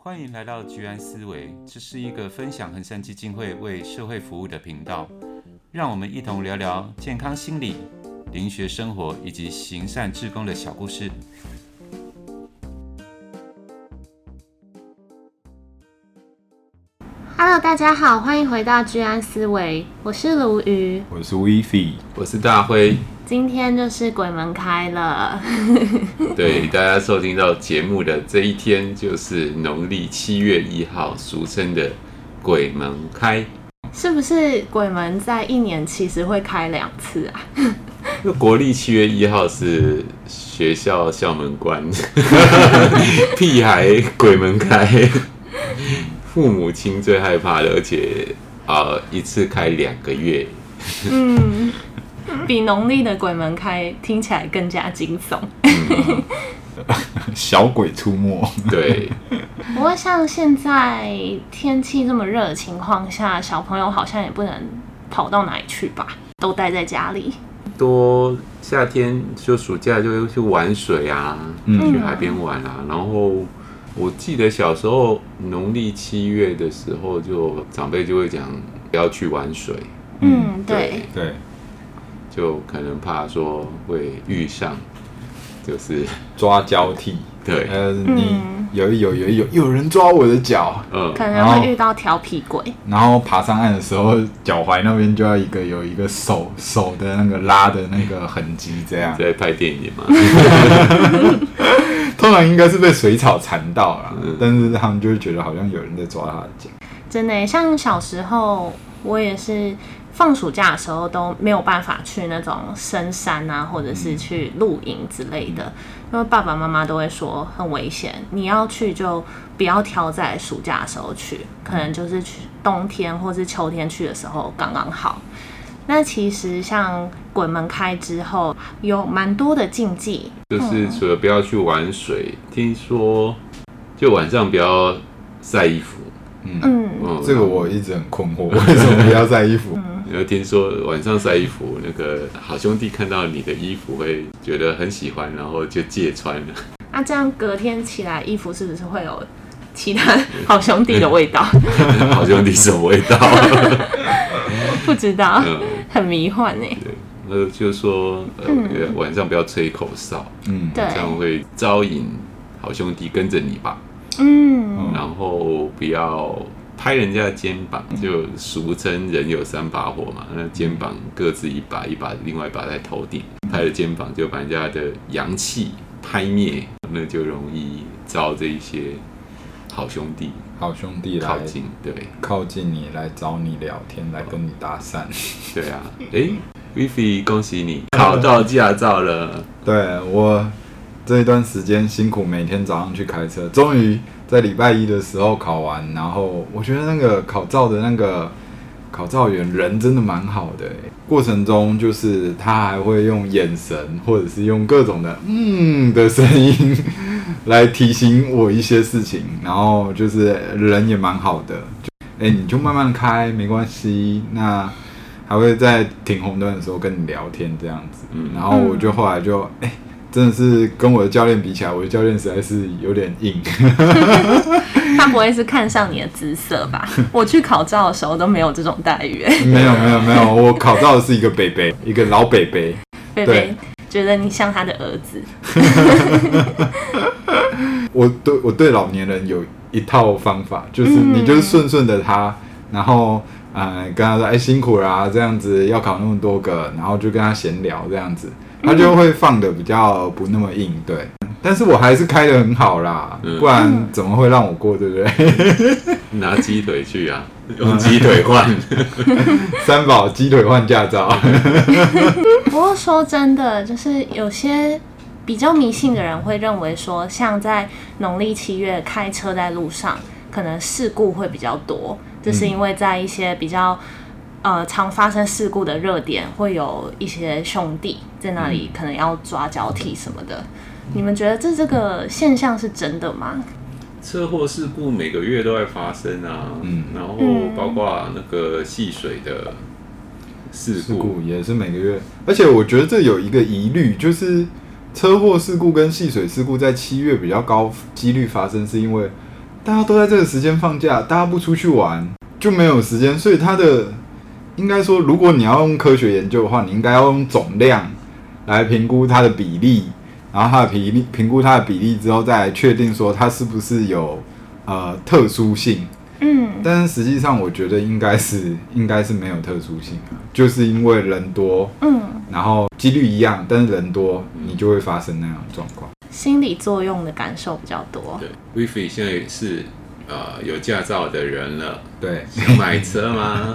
欢迎来到居安思维，这是一个分享衡山基金会为社会服务的频道，让我们一同聊聊健康心理、灵学生活以及行善志工的小故事。 Hello， 大家好，欢迎回到居安思维，我是鲈鱼， 我是 Wifi， 我是大辉。 今天就是鬼门开了。 对，大家收听到节目的这一天就是农历7月1号，俗称的鬼门开。 是不是鬼门在一年其实会开2次啊？ 国历7月1号是学校校门关，屁孩鬼门开，父母亲最害怕的，而且一次开2个月。 比农历的鬼门开听起来更加惊悚。 小鬼出没。 对。 不过像现在天气这么热的情况下，小朋友好像也不能跑到哪里去吧，都待在家里。 多夏天就暑假就会去玩水啊，去海边玩啊。然后我记得小时候农历7月的时候，就长辈就会讲不要去玩水。 对。 就可能怕说会遇上，就是抓交替。 对， 你有人抓我的脚， 可能会遇到调皮鬼。 然后爬上岸的时候，脚踝那边就要有一个手的那个拉的那个痕迹，这样。 在拍电影嘛。 通常应该是被水草缠到啦，但是他们就会觉得好像有人在抓他的脚。 真的耶，像小时候我也是放暑假的时候都没有办法去那种深山啊，或者是去露营之类的，因为爸爸妈妈都会说很危险，你要去就不要挑在暑假的时候去，可能就是去冬天或是秋天去的时候刚刚好。那其实像鬼门开之后，有蛮多的禁忌， 就是除了不要去玩水，听说就晚上不要晒衣服。 这个我一直很困惑，为什么不要晒衣服？ 然后听说晚上晒衣服，那个好兄弟看到你的衣服会觉得很喜欢，然后就借穿了。 这样隔天起来衣服是不是会有其他好兄弟的味道？ 好兄弟什么味道？ 不知道，很迷幻哎。 对，就说晚上不要吹口哨，这样会招引好兄弟跟着你吧。然后不要拍人家的肩膀，就俗称人有3把火嘛，那肩膀各自一把，另外一把在头顶，拍了肩膀就把人家的阳气拍灭，那就容易招这一些好兄弟来靠近，对， 靠近你来找你聊天，来跟你搭讪。 对啊，Wifi 恭喜你考到驾照了。 对，我这一段时间辛苦，每天早上去开车，终于在礼拜1的时候考完。然后我觉得那个考照的那个考照员人真的蛮好的，过程中就是他还会用眼神或者是用各种的的声音来提醒我一些事情，然后就是人也蛮好的，你就慢慢开没关系，那还会在停红灯的时候跟你聊天这样子。然后我就后来就真的是跟我的教练比起来，我的教练实在是有点硬。 他不会是看上你的姿色吧？我去考照的时候都没有这种待遇。 没有，我考照的是一个北北，一个老北北。 北北觉得你像他的儿子。 我对老年人有一套方法，就是你就是顺着他，然后跟他说辛苦啦，这样子要考那么多个，然后就跟他闲聊这样子。他就会放的比较不那么硬，对。但是我还是开得很好啦，不然怎么会让我过，对不对？ 拿鸡腿去啊，用鸡腿换。 3宝鸡腿换驾照。 不过说真的，就是有些比较迷信的人会认为说，像在农历7月开车在路上，可能事故会比较多，这是因为在一些比较常发生事故的热点，会有一些兄弟在那里可能要抓交替什么的。你们觉得这个现象是真的吗？ 车祸事故每个月都在发生啊，然后包括那个戏水的事故也是每个月。而且我觉得这有一个疑虑，就是车祸事故跟戏水事故在7月比较高几率发生，是因为大家都在这个时间放假，大家不出去玩就没有时间，所以它的应该说，如果你要用科学研究的话，你应该要用总量来评估它的比例，然后它的评估它的比例之后，再来确定说它是不是有特殊性。但是实际上我觉得应该是没有特殊性啊，就是因为人多，然后几率一样，但是人多你就会发生那样的状况。 心理作用的感受比较多。 对 ，Wifi 现在是有驾照的人了， 对， 想买车吗？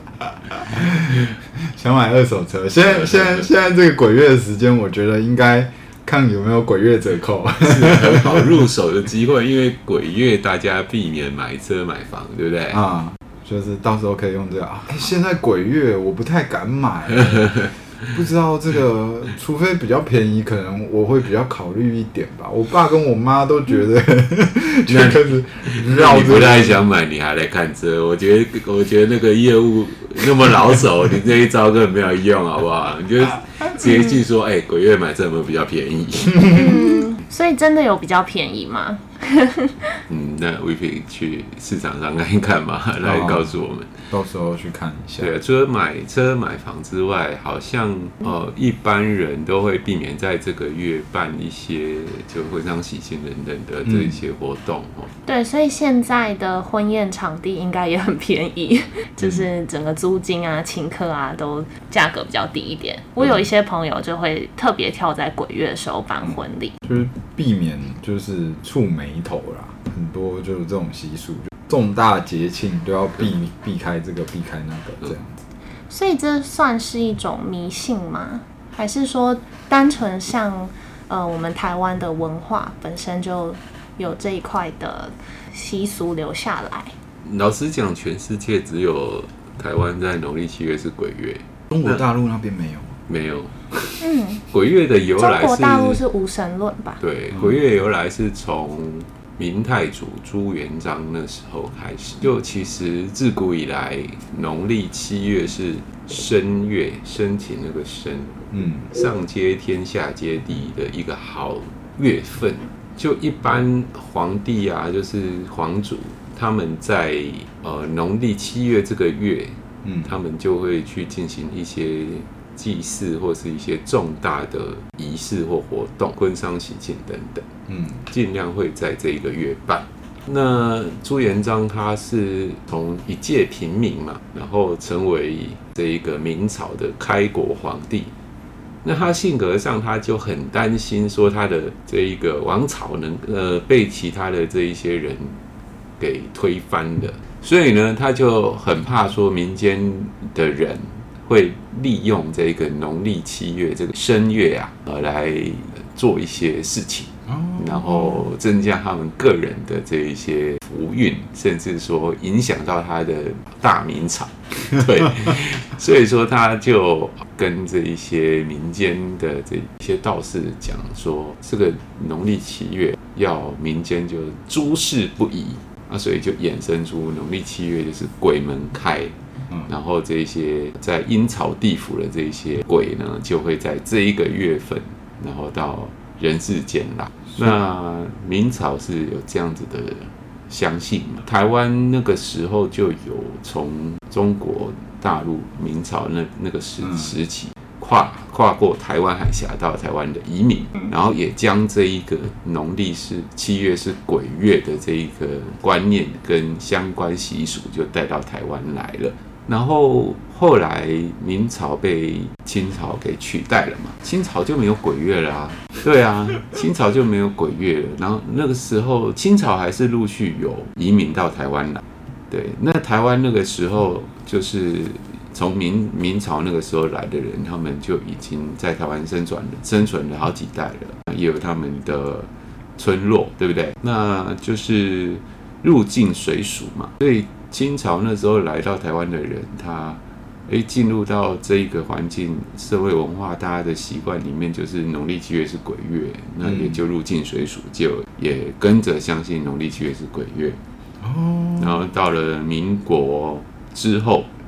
想买二手车。现在这个鬼月的时间，我觉得应该看有没有鬼月折扣， 是很好入手的机会。因为鬼月大家避免买车买房，对不对？ 就是到时候可以用这个现在鬼月我不太敢买。不知道这个，除非比较便宜，可能我会比较考虑一点吧。我爸跟我妈都觉得，就开始绕着。 你不太想买，你还来看车？我觉得那个业务那么老手，你这一招根本没有用，好不好？你就直接去说，鬼月买车有没有比较便宜？ 所以真的有比较便宜吗？ 那 Wifi 去市场上看一看嘛，来告诉我们。 到时候去看一下。 对，除了买车买房之外，好像一般人都会避免在这个月办一些就婚丧喜庆等等的这一些活动。 对，所以现在的婚宴场地应该也很便宜，就是整个租金啊、请客啊都价格比较低一点。我有一些朋友就会特别挑在鬼月的时候办婚礼， 就是避免就是触霉头啦，很多就是这种习俗。重大节庆都要避开这个，避开那个，这样子。 所以这算是一种迷信吗？还是说单纯像我们台湾的文化本身就有这一块的习俗留下来？ 老实讲，全世界只有台湾在农历7月是鬼月， 中国大陆那边没有。 没有。鬼月的由来是中国大陆是无神论吧？ 对，鬼月由来是从明太祖朱元璋那时候开始，就其实自古以来，农历7月是申月，申请那个申，上接天下接地的一个好月份。就一般皇帝啊，就是皇族，他们在农历7月这个月，他们就会去进行一些祭祀或是一些重大的仪式或活动，婚丧喜庆等等，尽量会在这一个月办。那朱元璋他是从一介平民嘛，然后成为这一个明朝的开国皇帝。那他性格上他就很担心说他的这一个王朝被其他的这一些人给推翻了，所以呢他就很怕说民间的人会利用这个农历7月这个申月啊，来做一些事情，然后增加他们个人的这一些福运，甚至说影响到他的大明朝。对，所以说他就跟这一些民间的这一些道士讲说，这个农历7月要民间就诸事不宜，所以就衍生出农历7月就是鬼门开。然后这些在阴曹地府的这些鬼呢，就会在这一个月份，然后到人世间来。那明朝是有这样子的相信嘛？台湾那个时候就有从中国大陆明朝那个时期跨过台湾海峡到台湾的移民，然后也将这一个农历是7月是鬼月的这一个观念跟相关习俗就带到台湾来了。然后后来明朝被清朝给取代了嘛，清朝就没有鬼月了啊。对啊，清朝就没有鬼月了。然后那个时候清朝还是陆续有移民到台湾来。对，那台湾那个时候就是从明朝那个时候来的人，他们就已经在台湾生存了好几代了，也有他们的村落，对不对？那就是入境随俗嘛，所以清朝那时候来到台湾的人，他进入到这一个环境，社会文化大家的习惯里面，就是农历7月是鬼月，那也就入境随俗，就也跟着相信农历7月是鬼月。然后到了民国之后，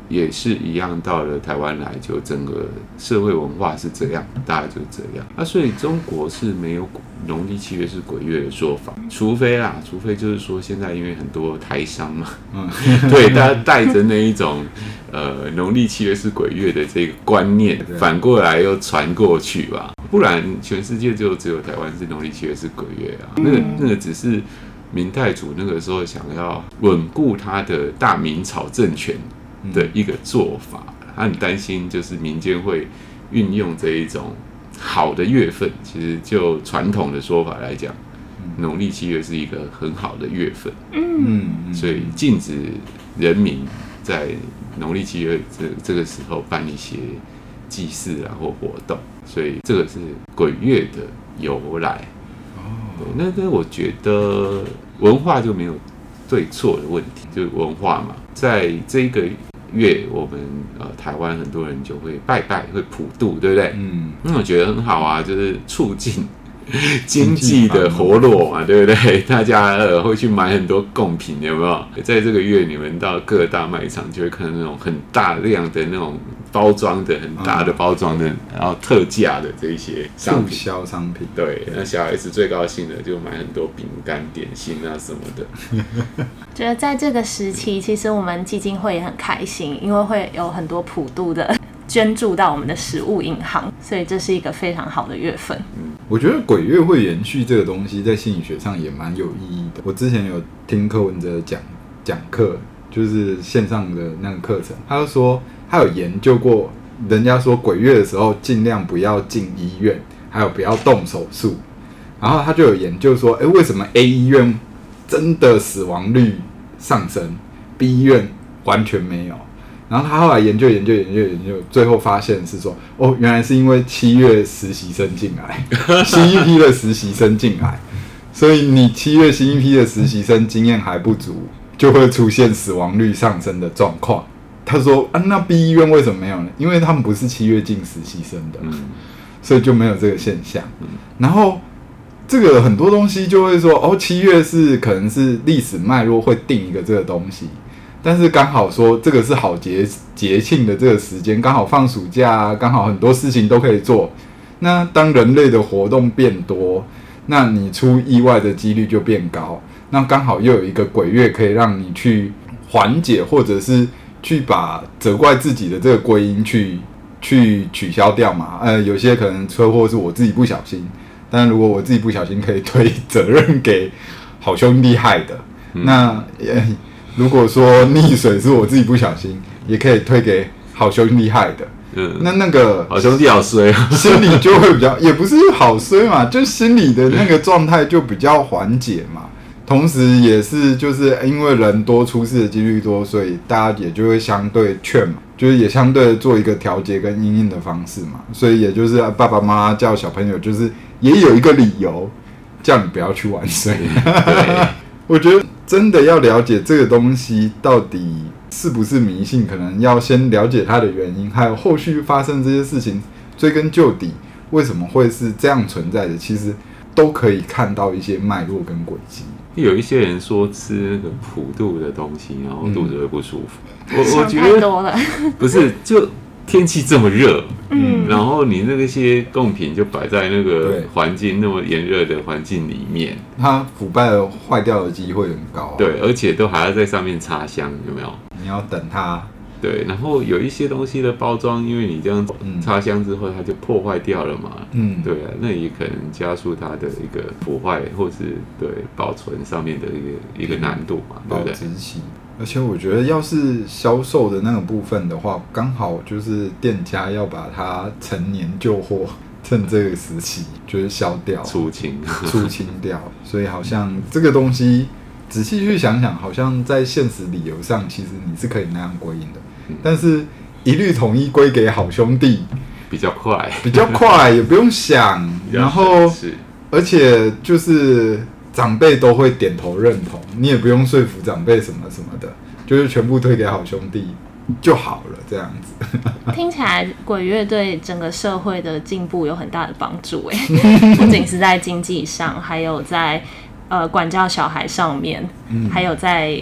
也是一样，到了台湾来，就整个社会文化是这样，大概就这样。所以中国是没有农历7月是鬼月的说法，除非就是说现在因为很多台商嘛，对，大家带着那一种农历7月是鬼月的这个观念，反过来又传过去吧，不然全世界就只有台湾是农历7月是鬼月啊，那个只是明太祖那个时候想要稳固他的大明朝政权的一个做法，他很担心就是民间会运用这一种好的月份，其实就传统的说法来讲，农历7月是一个很好的月份，所以禁止人民在农历7月这个时候办一些祭祀啊或活动，所以这个是鬼月的由来。对，那我觉得文化就没有对错的问题，就是文化嘛，在这个月我们台湾很多人就会拜拜，会普渡，对不对？那我觉得很好啊，就是促进经济的活络嘛，对不对？大家会去买很多贡品，有没有？在这个月，你们到各大卖场就会看到那种很大量的那种包装的、很大的包装的，然后特价的这一些商品， 促销商品。 对，那小孩子最高兴的就买很多饼干、点心啊什么的。 觉得在这个时期，其实我们基金会也很开心，因为会有很多普渡的捐助到我们的食物银行，所以这是一个非常好的月份。 我觉得鬼月会延续这个东西，在心理学上也蛮有意义的。我之前有听柯文哲讲课，就是线上的那个课程，他就说他有研究过，人家说鬼月的时候尽量不要进医院，还有不要动手术。然后他就有研究说，为什么 A 医院真的死亡率上升 ，B 医院完全没有？然后他后来研究，最后发现是说，原来是因为7月实习生进来，新一批的实习生进来，所以你7月新一批的实习生经验还不足，就会出现死亡率上升的状况。他说那 B 医院为什么没有呢？因为他们不是7月进实习生的，所以就没有这个现象。然后这个很多东西就会说7月是可能是历史脉络会定一个这个东西。但是刚好说这个是好节庆的这个时间，刚好放暑假啊，刚好很多事情都可以做。那当人类的活动变多，那你出意外的几率就变高。那刚好又有一个鬼月可以让你去缓解，或者是去把责怪自己的这个归因去取消掉嘛。有些可能车祸是我自己不小心，但如果我自己不小心，可以推责任给好兄弟害的。那如果说溺水是我自己不小心，也可以推给好兄弟害的。那个好兄弟好衰啊， 心里就会比较，也不是好衰嘛，就心里的那个状态就比较缓解嘛。同时也是就是因为人多出事的几率多，所以大家也就会相对劝嘛，就是也相对做一个调节跟因应的方式嘛。所以也就是爸爸妈妈叫小朋友，就是也有一个理由叫你不要去玩水。我觉得真的要了解这个东西到底是不是迷信，可能要先了解它的原因，还有后续发生这些事情追根究底，为什么会是这样存在的，其实都可以看到一些脉络跟轨迹。 有一些人说吃那个普渡的东西，然后肚子会不舒服。 我觉得太多了， 不是就天气这么热，然后你那些贡品就摆在那个环境那么炎热的环境里面， 它腐败的坏掉的机会很高。 对，而且都还要在上面插香，有没有？ 你要等它。 对，然后有一些东西的包装，因为你这样插香之后，它就破坏掉了嘛。对啊，那也可能加速它的一个腐坏，或是对保存上面的一个难度嘛，对不对？ 保质期。而且我觉得，要是销售的那个部分的话，刚好就是店家要把它陈年旧货趁这个时期就是销掉、 出清掉。所以好像这个东西仔细去想想，好像在现实理由上，其实你是可以那样归因的。但是一律统一归给好兄弟， 比较快， 也不用想。然后，而且就是长辈都会点头认同，你也不用说服长辈什么什么的，就是全部推给好兄弟就好了，这样子。 听起来鬼月对整个社会的进步有很大的帮助，不仅是在经济上，还有在管教小孩上面，还有在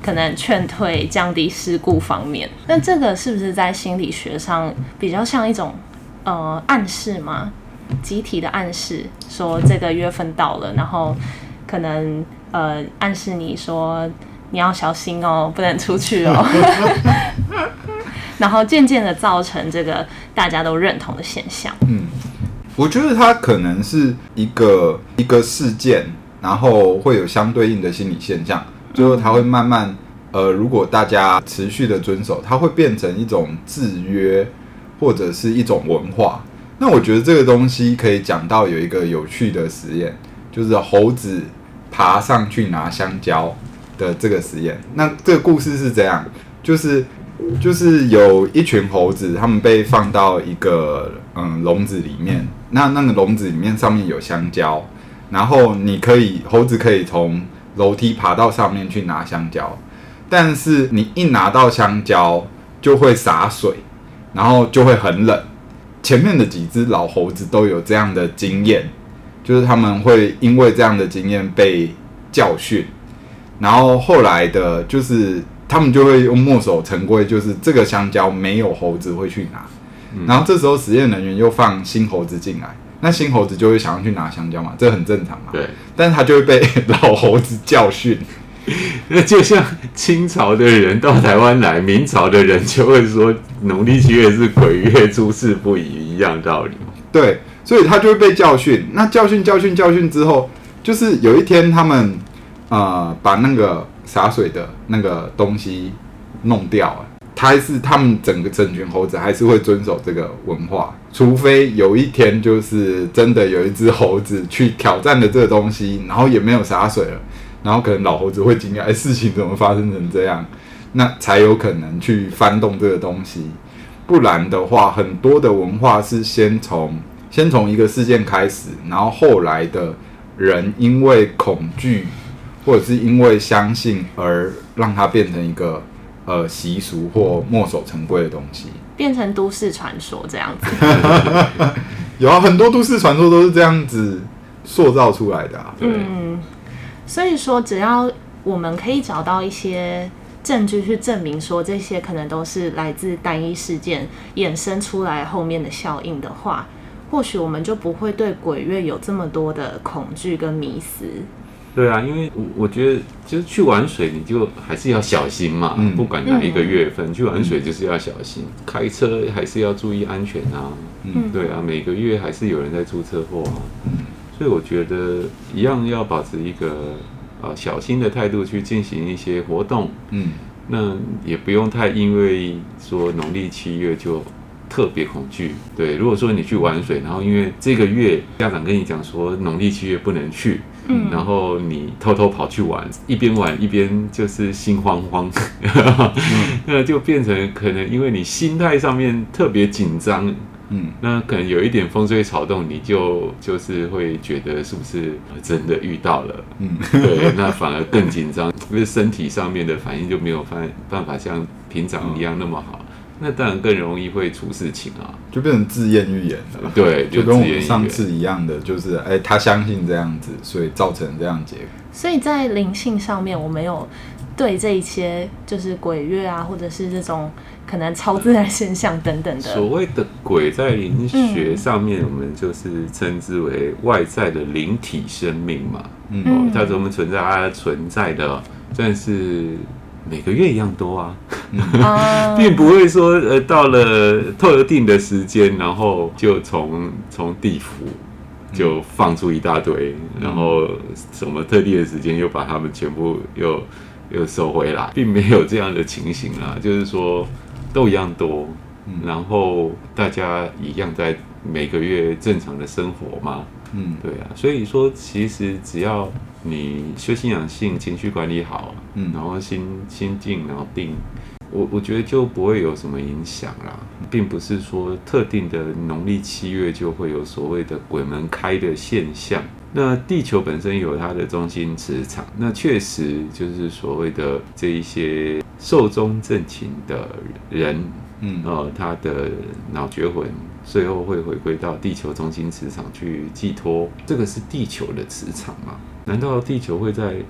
可能劝退、降低事故方面。那这个是不是在心理学上比较像一种暗示吗？集体的暗示，说这个月份到了，然后可能暗示你说你要小心哦，不能出去哦。然后渐渐的造成这个大家都认同的现象。 我觉得它可能是一个事件，然后会有相对应的心理现象，最后它会慢慢如果大家持续的遵守，它会变成一种制约或者是一种文化。那我觉得这个东西可以讲到有一个有趣的实验，就是猴子爬上去拿香蕉的这个实验。那这个故事是这样，就是有一群猴子，他们被放到一个笼子里面，那个笼子里面上面有香蕉，然后猴子可以从楼梯爬到上面去拿香蕉，但是你一拿到香蕉就会洒水，然后就会很冷。前面的几只老猴子都有这样的经验，就是他们会因为这样的经验被教训，然后后来的就是他们就会用墨守成规，就是这个香蕉没有猴子会去拿，然后这时候实验人员又放新猴子进来，那新猴子就会想要去拿香蕉嘛，这很正常嘛。 对， 但是他就会被老猴子教训。 那就像清朝的人到台湾来，明朝的人就会说农历7月是鬼月，诸事不宜一样道理。 对，所以他就会被教训。那教训之后，就是有一天他们把那个洒水的那个东西弄掉了，他们整群猴子还是会遵守这个文化，除非有一天就是真的有一只猴子去挑战了这个东西，然后也没有洒水了。然后可能老猴子会惊讶，事情怎么发生成这样？那才有可能去翻动这个东西。不然的话，很多的文化是先从一个事件开始，然后后来的人因为恐惧或者是因为相信而让它变成一个习俗或墨守成规的东西， 变成都市传说这样子。 有啊，很多都市传说都是这样子塑造出来的啊。 对。 所以说，只要我们可以找到一些证据去证明说这些可能都是来自单一事件衍生出来后面的效应的话，或许我们就不会对鬼月有这么多的恐惧跟迷思。 对啊，因为我觉得就是去玩水，你就还是要小心嘛，不管哪一个月份去玩水就是要小心，开车还是要注意安全啊。对啊，每个月还是有人在出车祸啊。所以我觉得一样要保持一个小心的态度去进行一些活动。那也不用太因为说农历7月就特别恐惧。对，如果说你去玩水，然后因为这个月家长跟你讲说农历7月不能去，然后你偷偷跑去玩，一边玩一边就是心慌慌，那就变成可能因为你心态上面特别紧张。那可能有一点风吹草动，你就是会觉得是不是真的遇到了？对，那反而更紧张，因为身体上面的反应就没有办法像平常一样那么好，那当然更容易会出事情啊， 就变成自验预言了。 对， 就跟我们上次一样的，就是他相信这样子，所以造成这样结果。 所以在灵性上面，我们有对这一些就是鬼月啊，或者是这种可能超自然现象等等的。 所谓的鬼在灵学上面，我们就是称之为外在的灵体生命嘛。它怎么存在？它存在的，但是每个月一样多啊，并不会说到了特定的时间，然后就从地府就放出一大堆，然后什么特定的时间又把他们全部又收回来，并没有这样的情形啦。就是说都一样多，然后大家一样在每个月正常的生活嘛。对啊，所以说其实只要你修心养性，情绪管理好，然后心静，然后定，我觉得就不会有什么影响啦。并不是说特定的农历7月就会有所谓的鬼门开的现象。那地球本身有它的中心磁场，那确实就是所谓的这一些寿终正寝的人，他的脑绝魂最后会回归到地球中心磁场去寄托，这个是地球的磁场吗？难道地球会在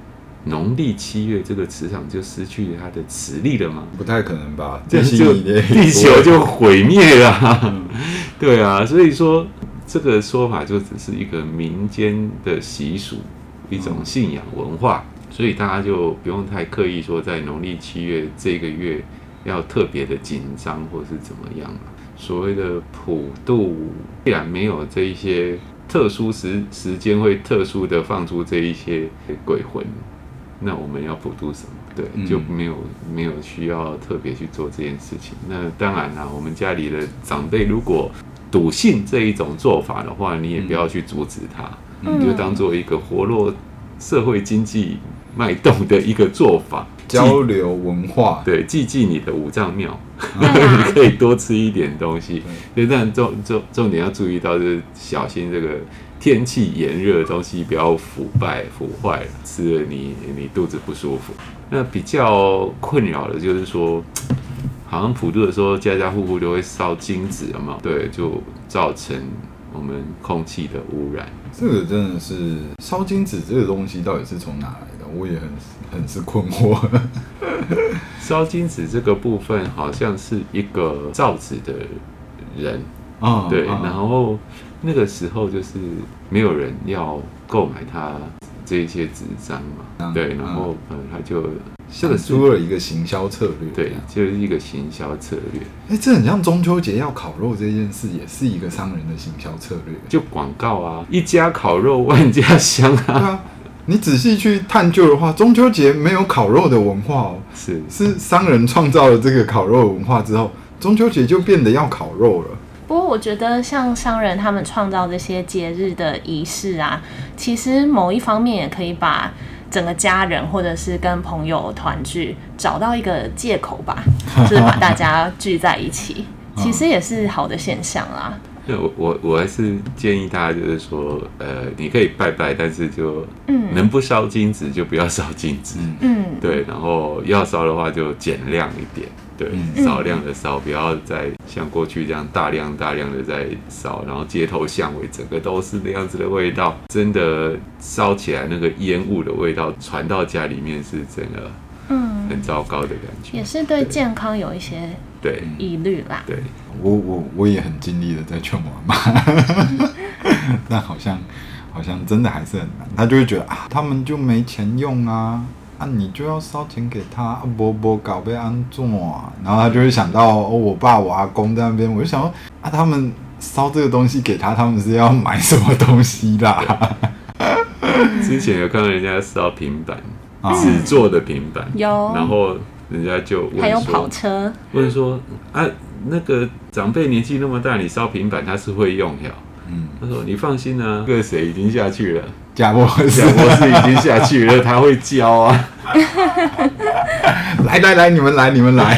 农历7月这个磁场就失去它的磁力了吗？ 不太可能吧， 这就地球就毁灭了。对啊，所以说这个说法就只是一个民间的习俗，一种信仰文化，所以大家就不用太刻意说在农历7月这个月要特别的紧张或是怎么样。所谓的普渡，既然没有这一些特殊时间会特殊的放出这一些鬼魂，那我们要普渡什么？对，就没有需要特别去做这件事情。那当然啦，我们家里的长辈如果笃信这一种做法的话，你也不要去阻止他，你就当做一个活络社会经济脉动的一个做法， 交流文化。 对，祭你的五脏庙，你可以多吃一点东西。对，但重点要注意到，就是小心这个天气炎热的东西不要腐坏了，吃了你肚子不舒服。那比较困扰的就是说，好像普渡的时候，家家户户都会烧金纸，有没有？对，就造成我们空气的污染。 这个真的是烧金纸这个东西到底是从哪来的？我也很是困惑。 烧金纸这个部分好像是一个造纸的人，对，然后那个时候就是没有人要购买他这一些纸张嘛，对，然后他就这个出了一个行销策略， 对，就是一个行销策略。 这很像中秋节要烤肉这件事，也是一个商人的行销策略， 就广告啊，一家烤肉万家香啊。 对啊，你仔细去探究的话，中秋节没有烤肉的文化哦，是商人创造了这个烤肉的文化之后，中秋节就变得要烤肉了。 不过我觉得像商人他们创造这些节日的仪式啊，其实某一方面也可以把整个家人或者是跟朋友团聚找到一个借口吧，就是把大家聚在一起，其实也是好的现象啦。 我还是建议大家就是说，你可以拜拜，但是就能不烧金纸就不要烧金纸，对，然后要烧的话就减量一点，对，少量的烧，不要再像过去这样大量的在烧，然后街头巷尾整个都是那样子的味道，真的烧起来那个烟雾的味道传到家里面是真的很糟糕的感觉， 也是对健康有一些疑虑啦。 对， 我也很尽力的在劝我妈，但好像真的还是很难。他就会觉得他们就没钱用啊，你就要烧钱给他，不搞被安怎啊？然后他就会想到我爸我阿公在那边，我就想说他们烧这个东西给他们是要买什么东西啦？ 之前有看到人家烧平板，纸做的平板， 有， 然后人家就问说， 还有跑车， 问说那个长辈年纪那么大，你烧平板他是会用的。他说你放心啊，那个谁已经下去了， 贾博士已经下去了，他会教啊。 来，你们来。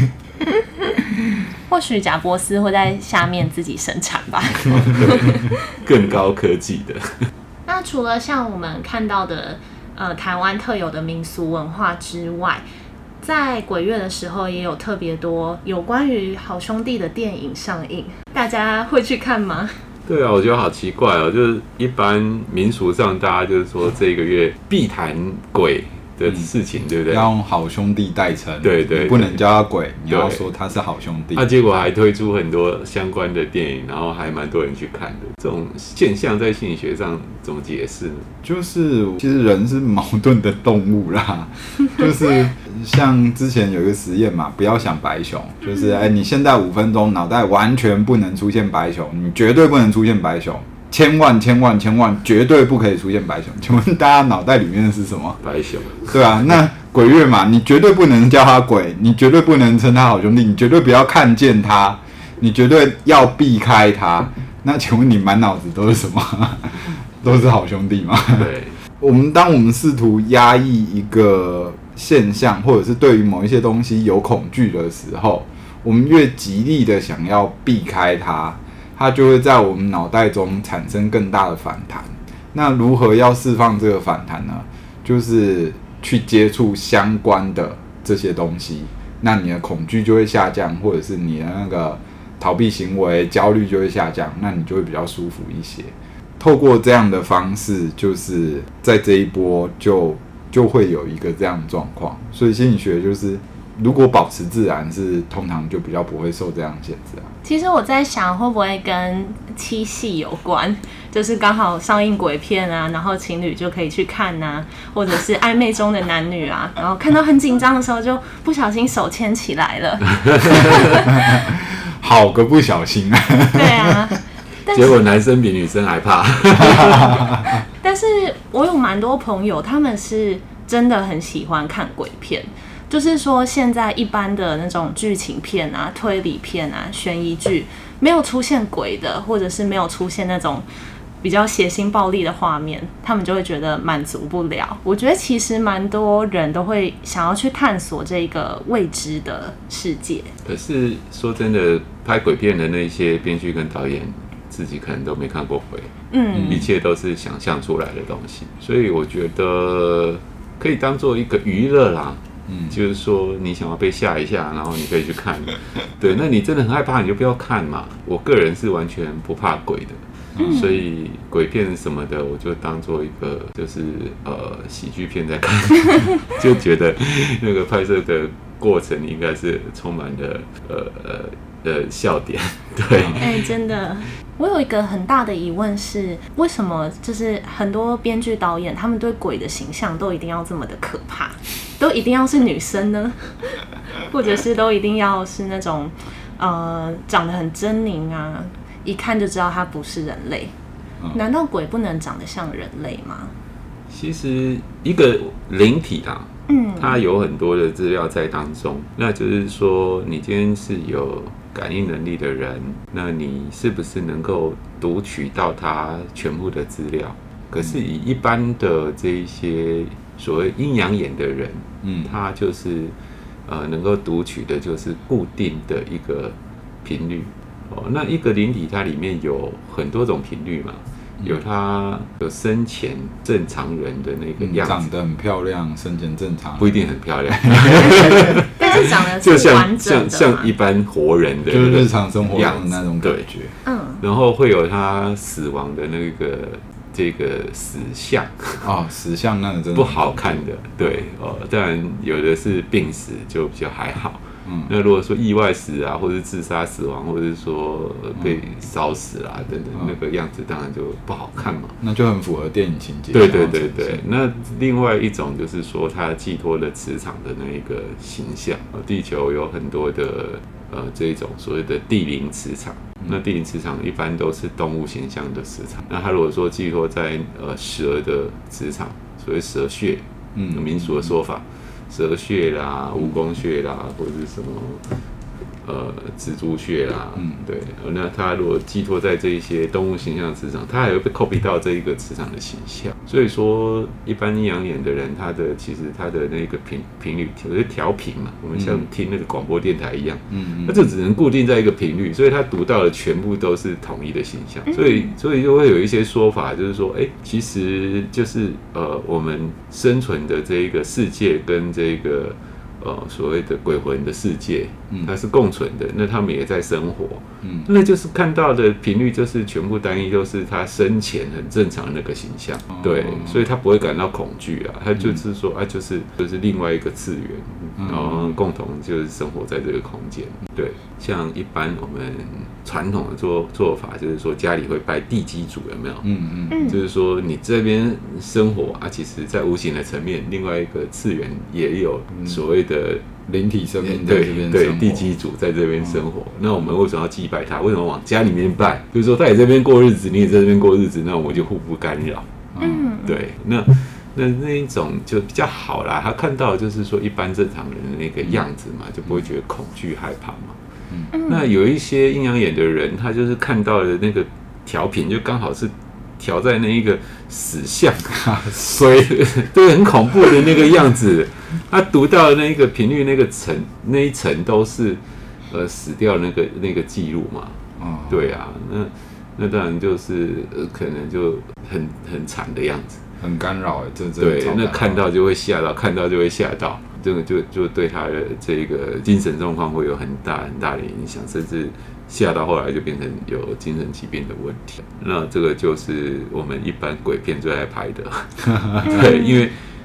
或许贾伯斯会在下面自己生产吧。 更高科技的。 那除了像我们看到的台湾特有的民俗文化之外，在鬼月的时候也有特别多有关于好兄弟的电影上映，大家会去看吗？ 对啊，我觉得好奇怪哦，就是一般民俗上大家就是说这个月必谈鬼的事情，对不对？ 要用好兄弟代称， 对， 你不能叫他鬼，你要说他是好兄弟。 结果还推出很多相关的电影，然后还蛮多人去看的。这种现象在心理学上怎么解释呢？ 就是其实人是矛盾的动物啦，就是像之前有一个实验嘛，不要想白熊，就是你现在5分钟脑袋完全不能出现白熊，你绝对不能出现白熊。千万绝对不可以出现白熊！请问大家脑袋里面的是什么？ 白熊。 对啊，那鬼月嘛，你绝对不能叫他鬼，你绝对不能称他好兄弟，你绝对不要看见他，你绝对要避开他。那请问你满脑子都是什么？都是好兄弟吗？ 对。 当我们试图压抑一个现象，或者是对于某一些东西有恐惧的时候，我们越极力的想要避开它。它就会在我们脑袋中产生更大的反弹。那如何要释放这个反弹呢？就是去接触相关的这些东西，那你的恐惧就会下降，或者是你的那个逃避行为、焦虑就会下降，那你就会比较舒服一些。透过这样的方式，就是在这一波就就会有一个这样的状况。所以心理学就是如果保持自然，是通常就比较不会受这样限制啊。 其实我在想，会不会跟七夕有关？就是刚好上映鬼片啊，然后情侣就可以去看啊，或者是暧昧中的男女啊，然后看到很紧张的时候，就不小心手牵起来了。 好个不小心啊！ 对啊， 结果男生比女生还怕。 但是我有蛮多朋友，他们是真的很喜欢看鬼片。就是说，现在一般的那种剧情片啊、推理片啊、悬疑剧，没有出现鬼的，或者是没有出现那种比较血腥暴力的画面，他们就会觉得满足不了。我觉得其实蛮多人都会想要去探索这个未知的世界。 可是说真的，拍鬼片的那些编剧跟导演自己可能都没看过鬼，一切都是想象出来的东西，所以我觉得可以当做一个娱乐啦。就是说你想要被吓一下，然后你可以去看。对，那你真的很害怕，你就不要看嘛。我个人是完全不怕鬼的，所以鬼片什么的，我就当做一个就是喜剧片在看，就觉得那个拍摄的过程应该是充满了笑点。对， 真的。我有一个很大的疑问是，为什么就是很多编剧导演他们对鬼的形象都一定要这么的可怕，都一定要是女生呢？或者是都一定要是那种长得很狰狞啊，一看就知道他不是人类？难道鬼不能长得像人类吗？ 其实一个灵体啊，它有很多的资料在当中，那就是说你今天是有感应能力的人，那你是不是能够读取到它全部的资料？可是以一般的这一些所谓阴阳眼的人，他就是能够读取的就是固定的一个频率。那一个灵体它里面有很多种频率嘛，有他有生前正常人的那个样子， 长得很漂亮，生前正常不一定很漂亮， 但是长得就完整的像一般活人的就是日常生活中的那种感觉。 然后会有他死亡的这个死相死相那个真的不好看的，对当然有的是病死就比较还好。那如果说意外死啊，或者是自杀死亡，或者是说被烧死啊等等，那个样子当然就不好看嘛。 那就很符合电影情节。 对。那另外一种就是说，它寄托了磁场的那一个形象。地球有很多的这种所谓的地灵磁场。那地灵磁场一般都是动物形象的磁场。那它如果说寄托在蛇的磁场，所谓蛇穴，民俗的说法。蛇穴啦、蜈蚣穴啦，或者是什么蜘蛛穴啦，对，那它如果寄托在这一些动物形象的磁场，它还会被 copy 到这一个磁场的形象。所以说，一般阴阳眼的人，其实他的那个频率就是调频嘛，我们像听那个广播电台一样，它就只能固定在一个频率，所以他读到的全部都是统一的形象。所以就会有一些说法，就是说，其实就是我们生存的这一个世界跟这个所谓的鬼魂的世界，它是共存的，那他们也在生活，那就是看到的频率就是全部单一，就是他生前很正常的那个形象，对，所以他不会感到恐惧啊，他就是说就是另外一个次元，然后共同就是生活在这个空间，对，像一般我们传统的做法就是说家里会拜地基主，有没有？就是说你这边生活啊，其实在无形的层面，另外一个次元也有所谓的灵体生命在这边生活， 对，地基主在这边生活。那我们为什么要祭拜他？为什么往家里面拜？就是说他也在这边过日子，你也在这边过日子，那我们就互不干扰。对，那一种就比较好啦。他看到就是说一般正常人的那个样子嘛，就不会觉得恐惧害怕嘛。那有一些阴阳眼的人，他就是看到的那个调频，就刚好是调在那一个死相，所以对很恐怖的那个样子。他读到的那个频率那一层都是死掉那个记录嘛。对啊，那当然就是可能就很惨的样子， 很干扰对，那看到就会吓到，看到就会吓到。这个就对他的这个精神状况会有很大的影响，甚至吓到后来就变成有精神疾病的问题。那这个就是我们一般鬼片最爱拍的，对，因为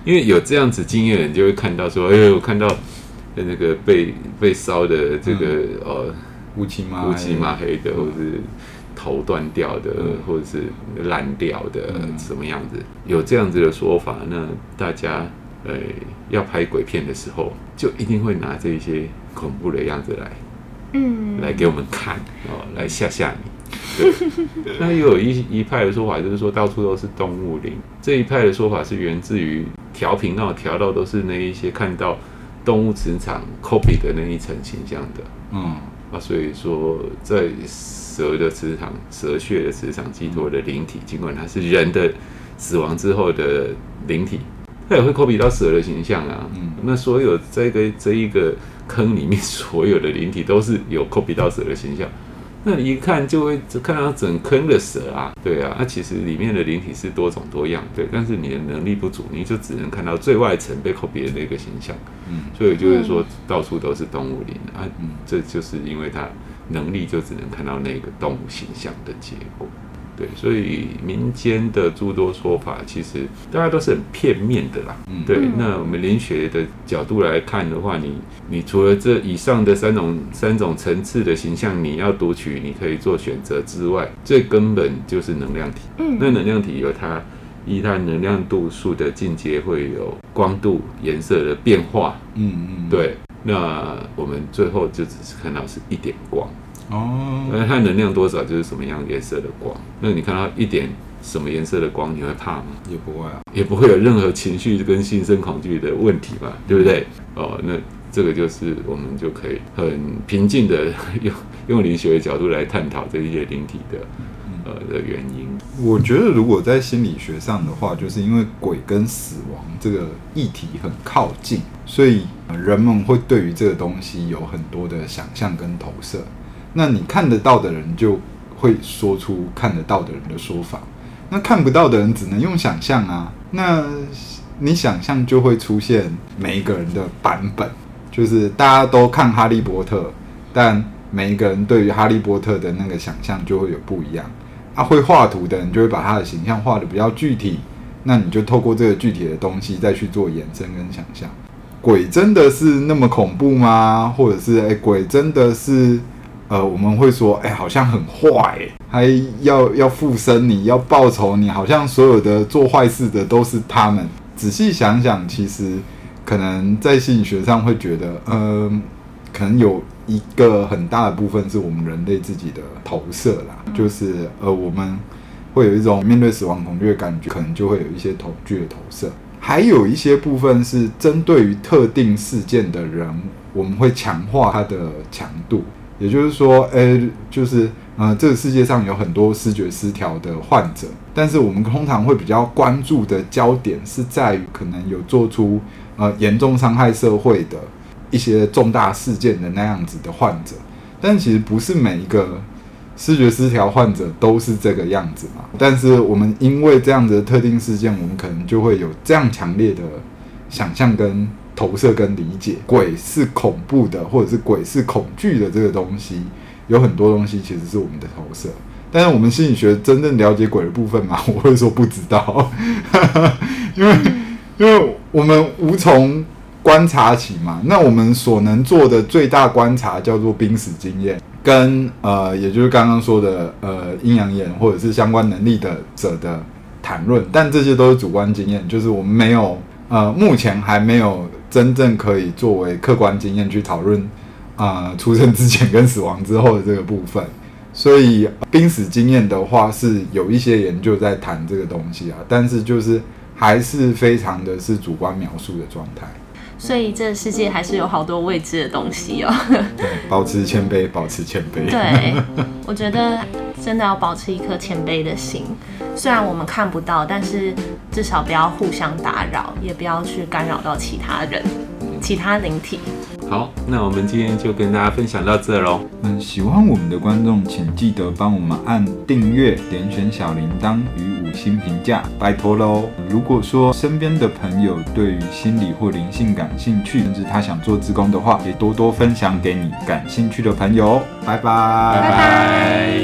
因为有这样子经验的人就会看到说，我看到那个被烧的这个乌漆麻黑的，或者是头断掉的，或者是烂掉的，什么样子？有这样子的说法，那大家要拍鬼片的时候，就一定会拿这些恐怖的样子来给我们看来吓你。对，那又有一派的说法，就是说到处都是动物灵。这一派的说法是源自于调频道调到都是那一些看到动物磁场 copy 的那一层形象的。所以说在蛇的磁场、蛇穴的磁场寄托的灵体，尽管它是人的死亡之后的灵体，它也会 copy 到蛇的形象啊。那所有这一个坑里面所有的灵体都是有 copy 到蛇的形象。那你一看就会看到整坑的蛇啊，对啊，其实里面的灵体是多种多样，对，但是你的能力不足，你就只能看到最外层被 copy 的那个形象，所以就是说到处都是动物灵啊，这就是因为它能力就只能看到那个动物形象的结果。对，所以民间的诸多说法，其实大家都是很片面的啦。对，那我们灵学的角度来看的话，你除了这以上的三种层次的形象，你要读取，你可以做选择之外，最根本就是能量体。那能量体有它依它能量度数的进阶，会有光度、颜色的变化。对，那我们最后就只是看到是一点光。那它能量多少就是什么样颜色的光。那你看到一点什么颜色的光，你会怕吗？ 也不会啊， 也不会有任何情绪跟心生恐惧的问题嘛，对不对？那这个就是我们就可以很平静的用灵学的角度来探讨这些灵体的原因。 我觉得如果在心理学上的话，就是因为鬼跟死亡这个议题很靠近，所以人们会对于这个东西有很多的想象跟投射。那你看得到的人就会说出看得到的人的说法，那看不到的人只能用想象啊。那你想象就会出现每一个人的版本，就是大家都看哈利波特，但每一个人对于哈利波特的那个想象就会有不一样。会画图的人就会把他的形象画得比较具体，那你就透过这个具体的东西再去做延伸跟想象。鬼真的是那么恐怖吗？或者是鬼真的是我们会说好像很坏还要附身你，要报仇你，好像所有的做坏事的都是他们。仔细想想，其实可能在心理学上会觉得可能有一个很大的部分是我们人类自己的投射啦，就是我们会有一种面对死亡恐惧的感觉，可能就会有一些恐惧的投射。还有一些部分是针对于特定事件的人，我们会强化它的强度。也就是说就是这个世界上有很多思觉失调的患者，但是我们通常会比较关注的焦点是在于可能有做出严重伤害社会的一些重大事件的那样子的患者，但其实不是每一个思觉失调患者都是这个样子嘛。但是我们因为这样子的特定事件，我们可能就会有这样强烈的想象跟投射跟理解，鬼是恐怖的，或者是鬼是恐惧的这个东西，有很多东西其实是我们的投射。但是我们心理学真正了解鬼的部分嘛，我会说不知道，因为我们无从观察起嘛。那我们所能做的最大观察叫做濒死经验，跟也就是刚刚说的阴阳眼或者是相关能力的者的谈论，但这些都是主观经验，就是我们没有目前还没有真正可以作为客观经验去讨论出生之前跟死亡之后的这个部分。所以濒死经验的话是有一些研究在谈这个东西但是就是还是非常的是主观描述的状态。 所以这个世界还是有好多未知的东西对，保持谦卑，保持谦卑。 对，我觉得真的要保持一颗谦卑的心。虽然我们看不到，但是至少不要互相打扰，也不要去干扰到其他人、其他灵体。 好，那我们今天就跟大家分享到这咯。 喜欢我们的观众请记得帮我们按订阅、点选小铃铛与5星评价，拜托咯。如果说身边的朋友对于心理或灵性感兴趣，甚至他想做志工的话，也多多分享给你感兴趣的朋友。拜拜， 拜拜。